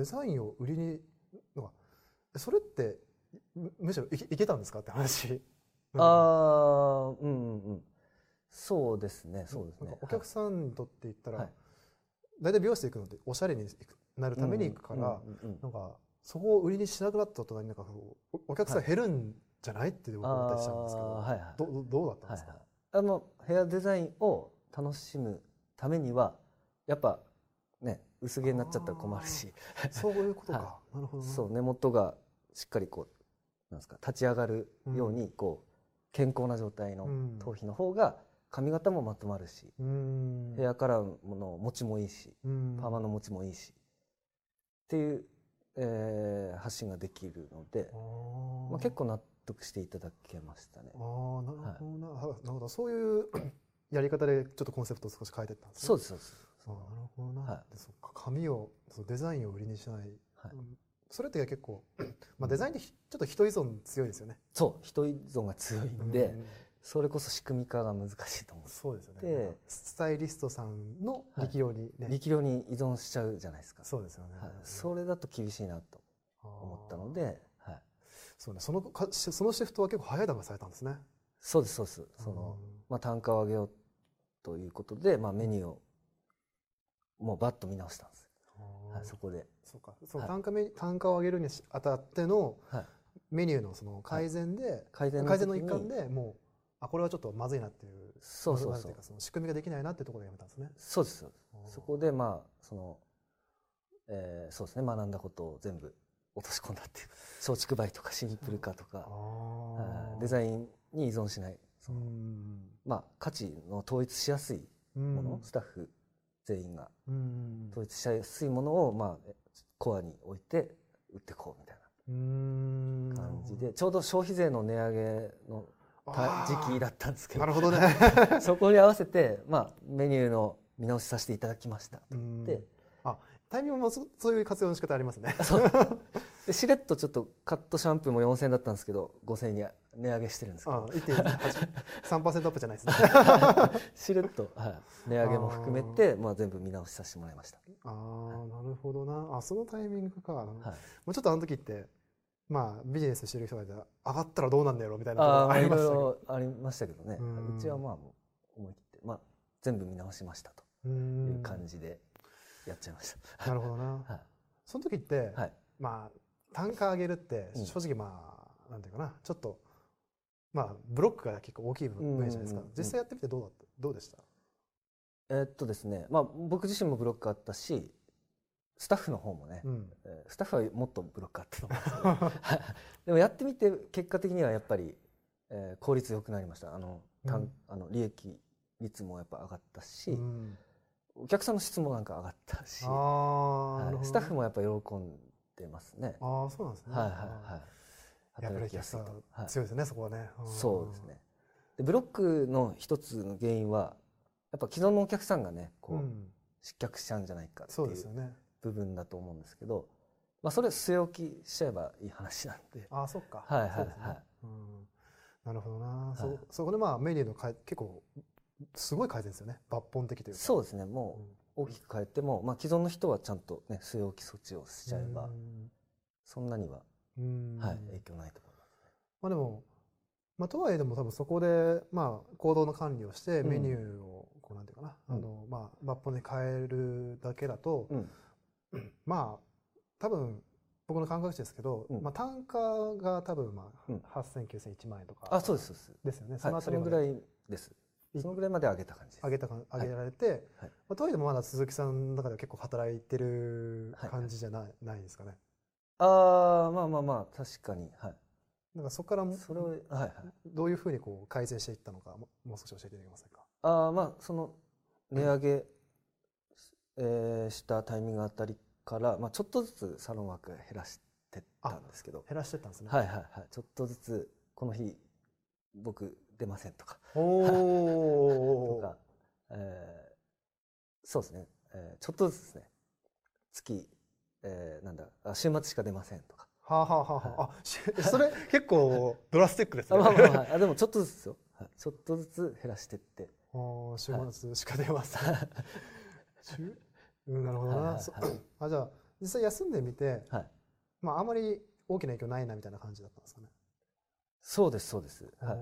デザインを売りにのがそれってむしろいけたんですかって話。 そうですねそうですね。 お客さんにとって言ったら、大体美容室行くのっておしゃれになるために行くから、なんかそこを売りにしなくなった途端になんかお客さん減るんじゃないって僕思ったりしたんですけど、どうだったんですか？ ヘアデザインを楽しむためにはやっぱね薄毛になっちゃったら困るし、 そういうことか。なるほど。 そう根元がしっかりこうなんですか立ち上がるようにこう健康な状態の頭皮の方が髪型もまとまるし、ヘアカラーの持ちもいいし、パーマの持ちもいいしっていう、発信ができるので、結構納得していただけましたね。 なるほどな。なるほど。そういうやり方でちょっとコンセプトを少し変えていったんですね。 そうですそうです。 なるほどな。そっか、髪をデザインを売りにしない。それって結構デザインってちょっと人依存強いですよね。 そう人依存が強いんで、それこそ仕組み化が難しいと思う。 そうですよね。スタイリストさんの力量にね、 力量に依存しちゃうじゃないですか。 そうですよね。 それだと厳しいなと思ったので、 そうね。そのシフトは結構早い段階されたんですね。 そうですそうです。単価を上げようということで、メニューをもうバッと見直したんです。そこで。 そうか。その単価を上げるにあたってのメニューのその改善で、改善の一環でもうこれはちょっとまずいなっていう、その仕組みができないなっていうところでやめたんですね。 そうです。そこでそうですね、学んだことを全部落とし込んだっていう、松竹梅とかシンプル化とか、デザインに依存しない、価値の統一しやすいもの、スタッフ全員が統一しやすいものをコアに置いて売っていこうみたいな感じで、ちょうど消費税の値上げの時期だったんですけど、 なるほどね。 そこに合わせてメニューの見直しさせていただきましたと言って、 タイミングもそういう活用の仕方ありますね。 でしれっとちょっとカットシャンプーも4000円だったんですけど5000円に値上げしてるんですけど、 1.3% アップじゃないですね。 しれっと、値上げも含めて全部見直しさせてもらいました。 なるほどな。そのタイミングか。もうちょっとあの時ってビジネスしてる人がいたら上がったらどうなんだろうみたいなところありましたけど、 ありましたけどね。うちはもう思い切って全部見直しましたという感じでやっちゃいました。 なるほどな。その時って単価上げるって正直なんていうかな、ちょっとブロックが結構大きい分野じゃないですか。実際やってみてどうでした？ ですね、僕自身もブロックあったし、スタッフの方もね、スタッフはもっとブロックあったと思うんですけどでもやってみて結果的にはやっぱり、効率良くなりました。利益率もやっぱ上がったし、お客さんの質もなんか上がったし、スタッフもやっぱ喜んでますね。 そうなんですね。働きやすいと。強いですね、そこはね。 そうですね。でブロックの一つの原因はやっぱ既存のお客さんがね失脚しちゃうんじゃないかっていう部分だと思うんですけど、それ据え置きしちゃえばいい話なんで。 そっか。なるほどな。そこでメニューの結構すごい改善ですよね。抜本的というか。 そうですね。もう大きく変えても既存の人はちゃんとね据え置き措置をしちゃえばそんなには影響ないと思いますね。 でもとはいえでも多分そこで行動の管理をしてメニューをなんていうかな抜本で変えるだけだと多分僕の感覚値ですけど単価が多分8000、9000、1万円とかそうですですよね。 そのぐらいです。そのぐらいまで上げた感じです。 上げられて、とはいえでもまだ鈴木さんの中では結構働いてる感じじゃないですかね。 確かに。 なんかそこからどういうふうに改善していったのかもう少し教えていただけませんか？ その値上げ、したタイミングあたりから、ちょっとずつサロン枠減らしてったんですけど。 減らしてったんですね。 ちょっとずつこの日僕出ませんとかとか、そうですね、ちょっとずつですね、月、週末しか出ませんとか。 それ結構ドラスティックですね。 でもちょっとずつですよ。ちょっとずつ減らしてって。 週末しか出ません。なるほどな。じゃあ実際休んでみて、 はい、 まああまり大きな影響ないなみたいな感じだったんですかね。 そうですそうです。はい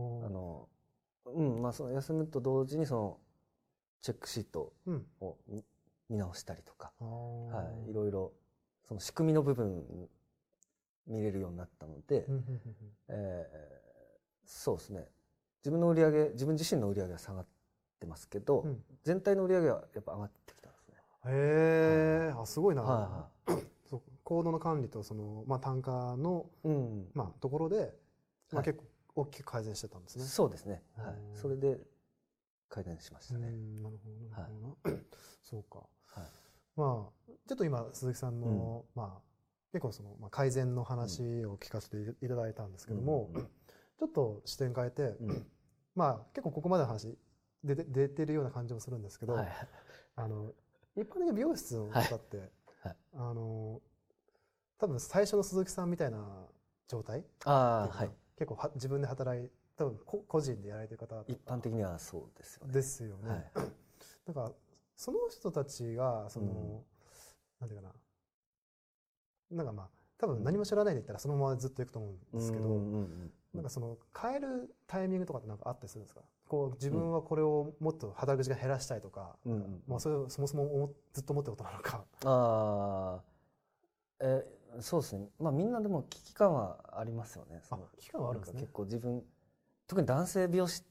。まあその休むと同時にそのチェックシートを見直したりとか、はい、いろいろその仕組みの部分見れるようになったので、そうですね。自分自身の売り上げは下がってますけど、全体の売り上げはやっぱ上がってきたんですね。 へえ、あ、すごいな。コードの管理とその、まあ、単価の、まあ、ところで、まあ、結構大きく改善してたんですね。 そうですね。はい。それで改善しましたね。 なるほどなるほどな。そうか。まあちょっと今鈴木さんの、まあ結構その、まあ、改善の話を聞かせていただいたんですけども、ちょっと視点変えて、まあ結構ここまでの話出てるような感じもするんですけど、一般的に美容室の方って、多分最初の鈴木さんみたいな状態、結構自分で働いて多分個人でやられてる方一般的にはそうですよね。 ですよね。だからその人たちがその、なんていうかな、なんかまあ多分何も知らないで言ったらそのままずっといくと思うんですけど、なんかその変えるタイミングとかってなんかあったりするんですか？こう自分はこれをもっと肌口が減らしたいとか、まあそれをそもそもずっと思ってることなのか。 そうですね。まあみんなでも危機感はありますよね。 危機感はあるんですね。 結構特に男性美容師って、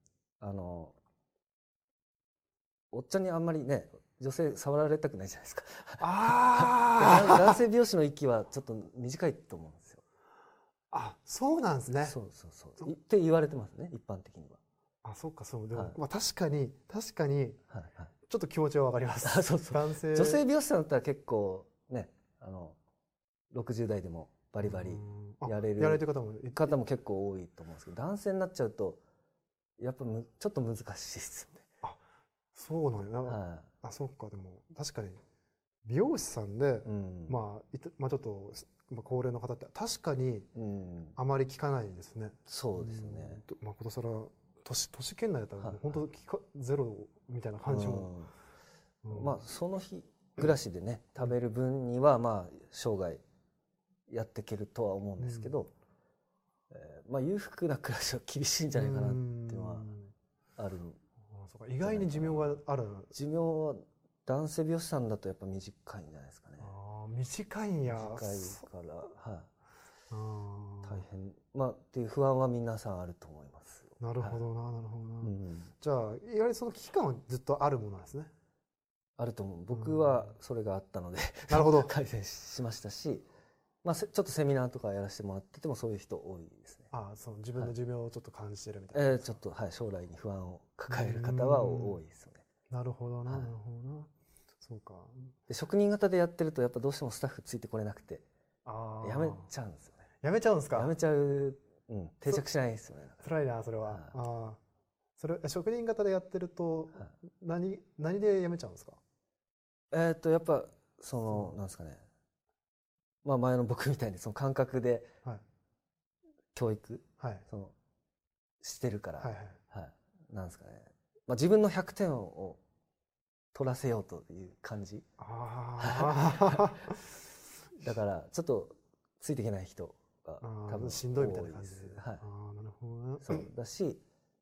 おっちゃんにあんまりね、女性触られたくないじゃないですか。男性美容師の息はちょっと短いと思うんですよ。 あ、そうなんですね。 そうって言われてますね、一般的には。 あ、そうか、そう。でも、まあ確かに、ちょっと気持ちはわかります。 男性。女性美容師さんだったら結構ね、60代でもバリバリやれる方も結構多いと思うんですけど、男性になっちゃうと、やっぱちょっと難しいですよね。 あ、そうなんや。あ、そうか、でも確かに美容師さんで、まあちょっと高齢の方って確かにあまり聞かないですね。 そうですね。 まあ今年都市圏内だったら本当ゼロみたいな感じも。 まあその日暮らしでね食べる分にはまあ生涯やっていけるとは思うんですけど、まあ裕福な暮らしは厳しいんじゃないかなっていうのはある。 意外に寿命がある。 寿命は男性美容師さんだとやっぱ短いんじゃないですかね。 短いんや。 短いから、大変。まあっていう不安は皆さんあると思います。 なるほどな、なるほどな。じゃあいわゆるその危機感はずっとあるものなんですね。 あると思う。僕はそれがあったので、 なるほど。 改善しましたし、まあちょっとセミナーとかやらせてもらっててもそういう人多いですね。 そう自分の寿命をちょっと感じてるみたいな。 ちょっと将来に不安を抱える方は多いですよね。 なるほどな、なるほどな。そうか。 で職人型でやってるとやっぱどうしてもスタッフついてこれなくて、やめちゃうんですよね。 やめちゃうんですか？ やめちゃう、定着しないですよね。 辛いなそれは。それ職人型でやってると何でやめちゃうんですか？ やっぱなんですかね。まあ前の僕みたいにその感覚で教育してるから、なんですかね。まあ自分の100点を取らせようという感じ。だからちょっとついていけない人が多分しんどいみたいな感じで。 なるほどね。そうだし、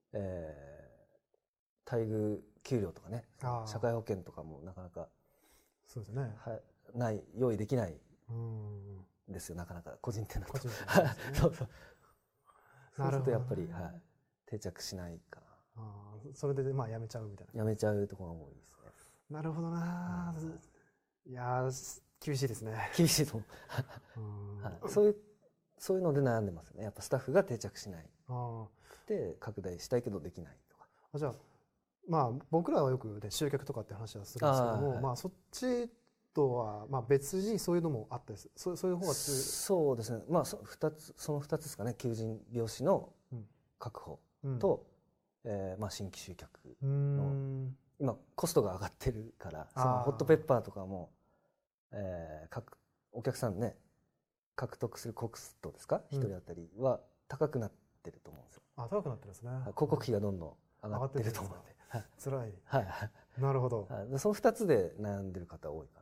待遇給料とかね、社会保険とかもなかなかそうですね。 用意できないですよ、なかなか個人店だと。そうするとやっぱり定着しないかな。 それでまあやめちゃうみたいな。 やめちゃうところが多いですね。 なるほどな。いや厳しいですね。 厳しいと思う。そういうので悩んでますね。やっぱスタッフが定着しない。で拡大したいけどできないとか。 じゃあまあ僕らはよくね集客とかって話はするんですけども、まあそっちとはまあ別にそういうのもあったりする。そういう方がそうですね。まあその2つですかね。求人美容師の確保と、まあ新規集客の今コストが上がってるから、そのホットペッパーとかも、お客さんね獲得するコストですか、1人当たりは高くなってると思うんですよ。 高くなってるんですね。 広告費がどんどん上がってると思うんで。 辛い。なるほど。 その2つで悩んでる方多いかな。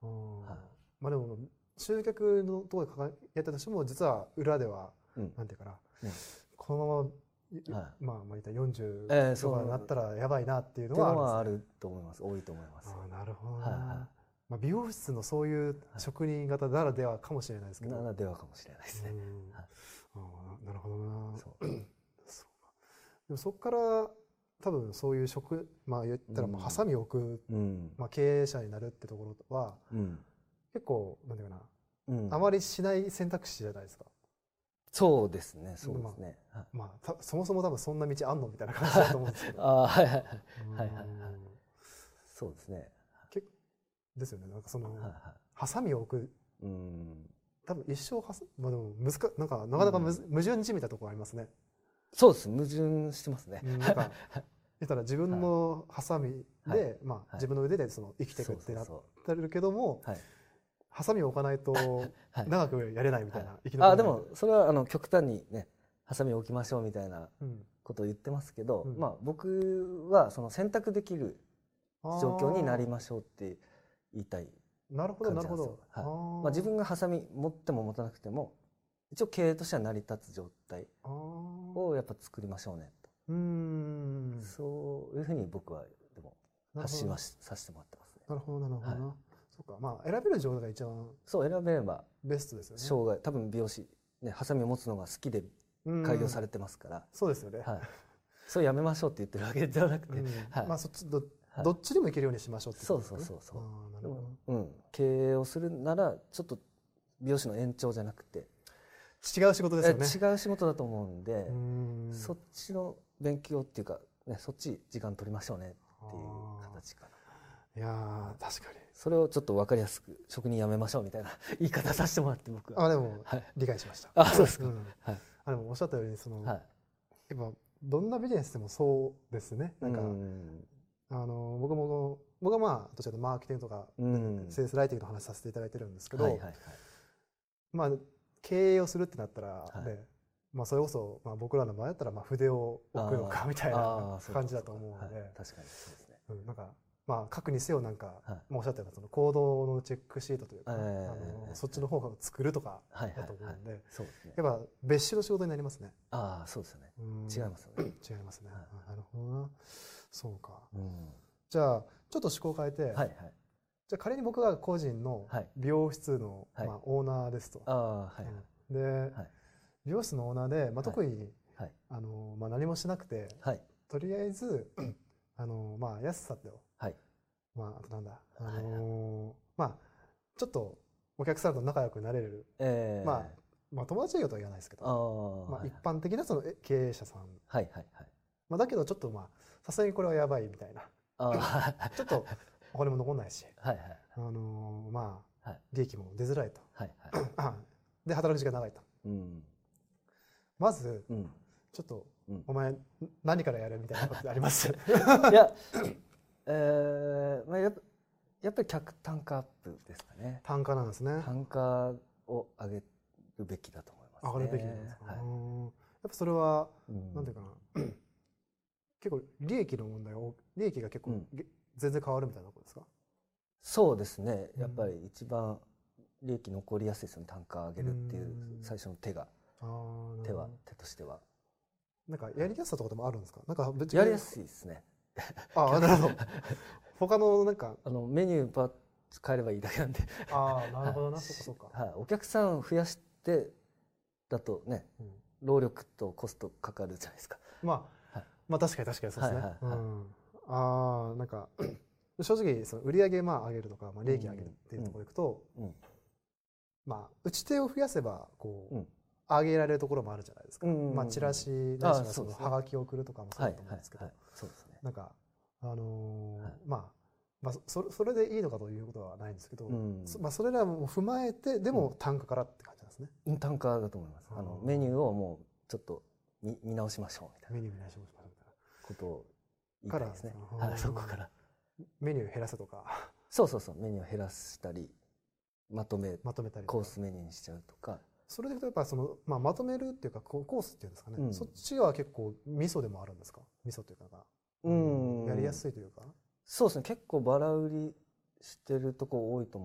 まあでも集客のところでやったとしても実は裏では、なんていうかな、このままあ言ったら40とかになったらやばいなっていうのはあると思います。多いと思います。 なるほどな。まあ美容室のそういう職人型ならではかもしれないですけど。 ならではかもしれないですね。 なるほどな。でもそこから多分そういうまあ言ったらハサミを置く、まあ経営者になるってところは結構なんていうかな、あまりしない選択肢じゃないですか。 そうですね、そうですね。 まあそもそも多分そんな道あんのみたいな感じだと思うんですけど。 はいはいはいはい。そうですね。 ですよね。なんかそのハサミを置く、多分一生まあでもなんかなかなか矛盾じみたところありますね。 そうです。矛盾してますね。 なんか言ったら自分のハサミでまあ自分の腕でその生きていくってなってるけども。ハサミを置かないと長くやれないみたいな。 でもそれは極端にねハサミを置きましょうみたいなことを言ってますけど、まあ僕はその選択できる状況になりましょうって言いたい感じなんですよ。 まあ自分がハサミ持っても持たなくても一応経営としては成り立つ状態をやっぱ作りましょうねと。そういうふうに僕はでも発信はさせてもらってますね。 なるほどなるほどな。そうか、まあ選べる状態が一番選べればベストですよね。 生涯多分美容師ねハサミを持つのが好きで開業されてますから。 そうですよね。 それやめましょうって言ってるわけではなくて、 まあそっちどっちでもいけるようにしましょうってことですね。 そう経営をするならちょっと美容師の延長じゃなくて違う仕事ですよね。 違う仕事だと思うんで、そっちの勉強っていうかねそっち時間取りましょうねっていう形かな。 いや確かにそれをちょっと分かりやすく職人やめましょうみたいな言い方させてもらって僕はでも理解しました。 そうですか。 でもおっしゃったようにそのやっぱどんなビジネスでもそうですね。なんか僕はまあどちらかというとマーケティングとかセールスライティングの話させていただいてるんですけど、まあ経営をするってなったらまあそれこそまあ僕らの場合だったらまあ筆を置くのかみたいな感じだと思うので、 確かにそうですね。 なんかまあ書くにせよなんかおっしゃったようなその行動のチェックシートというかそっちの方を作るとかだと思うんで、やっぱ別種の仕事になりますね。 そうですよね。違いますよね。 違いますね。なるほどな。そうか。じゃあちょっと思考を変えて、じゃあ仮に僕が個人の美容室のまあオーナーですと。で美容室のオーナーでまあ特にまあ何もしなくてとりあえずまあ安さとまああとなんだまあちょっとお客さんと仲良くなれるまあ友達営業とは言わないですけどまあ一般的なその経営者さんまあだけどちょっとまあさすがにこれはやばいみたいなちょっとお金も残んないしまあ利益も出づらいとで働く時間長いとまずちょっとお前何からやるみたいなことありますいやまあやっぱり客単価アップですかね。 単価なんですね。 単価を上げるべきだと思います。 上がるべきなんですか。やっぱそれはなんていうかな結構利益の問題利益が結構全然変わるみたいなことですか。 そうですね。やっぱり一番利益残りやすいですよね。単価上げるっていう最初の手としては。 なんかやりやすさとかでもあるんですか。なんかやりやすいですね。 なるほど。他のなんかメニューパッ変えればいいだけなんで。 なるほどな。そうか。 お客さん増やしてだとね、労力とコストかかるじゃないですか。 まあ確かにそうですね。なんか正直その売上まあ上げるとかまあ利益上げるっていうところでいくと、まあ打ち手を増やせばこう上げられるところもあるじゃないですか。まあチラシないしはそのハガキを送るとかもそうだと思うんですけど、なんかまあそれでいいのかということはないんですけど、まあそれらも踏まえてでも単価からって感じなんですね。 単価だと思います。メニューをもうちょっと見直しましょうみたいな。 メニュー見直しましょうみたいなことを言いたいですね。そこからメニュー減らせとか。 そうメニューを減らしたりまとめたりコースメニューにしちゃうとか。 それでやっぱそのまとめるっていうかコースっていうんですかね。そっちは結構ミソでもあるんですか。ミソというかやりやすいというか。 そうですね。結構バラ売りしてるとこ多いと思うん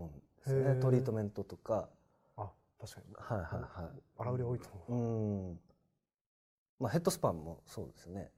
ですね。トリートメントとか。 あ、確かに。 はいはいはい。 荒売り多いと思う。 まあヘッドスパンもそうですね。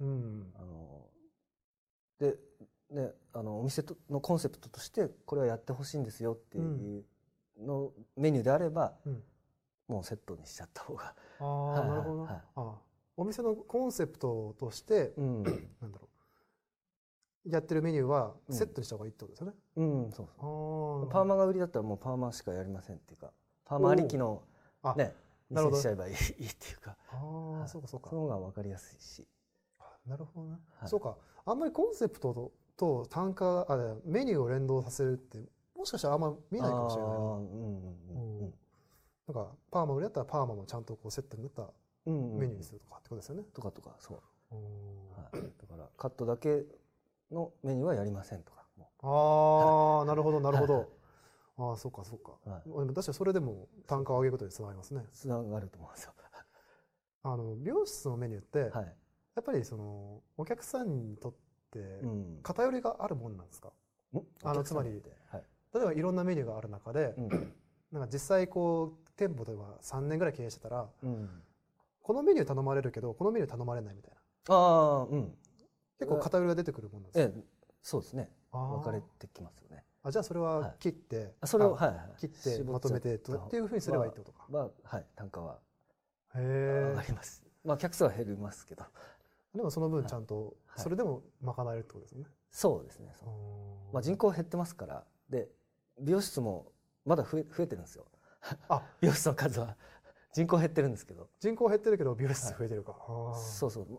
で、お店のコンセプトとしてこれはやってほしいんですよっていうのメニューであれば、もうセットにしちゃった方が。 ああ、なるほどな。お店のコンセプトとして、なんだろう、やってるメニューはセットにした方がいいってことですよね。 そうそう。パーマが売りだったらもうパーマしかやりませんっていうか、パーマありきのね、店にしちゃえばいいっていうか。 ああ、そうかそうか。 その方が分かりやすいし。 なるほどね。そうか。あんまりコンセプトと単価、メニューを連動させるって、もしかしたらあんま見ないかもしれないな。なんかパーマ売りだったらパーマもちゃんとこうセットになったメニューにするとかってことですよね。 とかそう。だからカットだけのメニューはやりませんとか。 ああ、なるほどなるほど。ああ、そうかそうか。確かにそれでも単価を上げることにつながりますね。 つながると思うんですよ。 美容室のメニューって、やっぱりそのお客さんにとって偏りがあるもんなんですか？つまり、例えばいろんなメニューがある中で、なんか実際こう店舗では3年ぐらい経営してたら、このメニュー頼まれるけどこのメニュー頼まれないみたいな。結構偏りが出てくるもんなんですか？ そうですね。分かれてきますよね。 じゃあそれは切って、 それを切ってまとめてっていうふうにすればいいってことか。 単価は上がります。まあ客数は減りますけど。 でもその分ちゃんとそれでも賄えるってことですよね。 そうですね。まあ人口減ってますから、で美容室もまだ増えてるんですよ。美容室の数は人口減ってるんですけど。 人口減ってるけど美容室増えてるか。 そうそう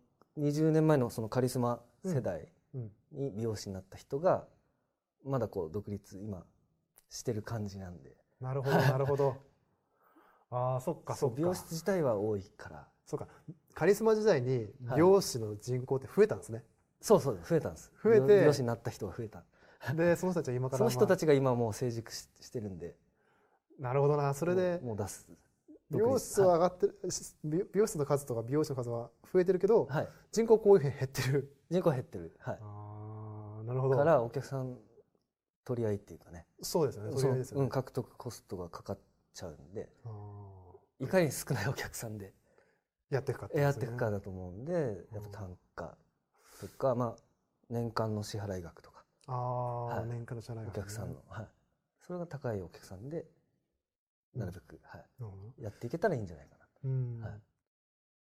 。20年前のそのカリスマ世代に美容師になった人がまだこう独立今してる感じなんで。 なるほどなるほど。ああ、そっかそっか。 美容室自体は多いから。 そうか。カリスマ時代に美容師の人口って増えたんですね。 そう増えたんです。 増えて美容師になった人が増えた。 でその人たちは今からその人たちが今もう成熟してるんで。 なるほどな。それでもう出す。 美容室は上がってる、美容室の数とか美容師の数は増えてるけど、人口こういうふうに減ってる。 人口減ってる。 ああ、なるほど。 からお客さん取り合いっていうかね。 そうですよね。取り合いですよね。 獲得コストがかかっちゃうんで、いかに少ないお客さんでやっていくかだと思うんで、やっぱ単価とか、まあ年間の支払い額とか。 年間の支払い額。 お客さんの、それが高いお客さんでなるべくやっていけたらいいんじゃないかな。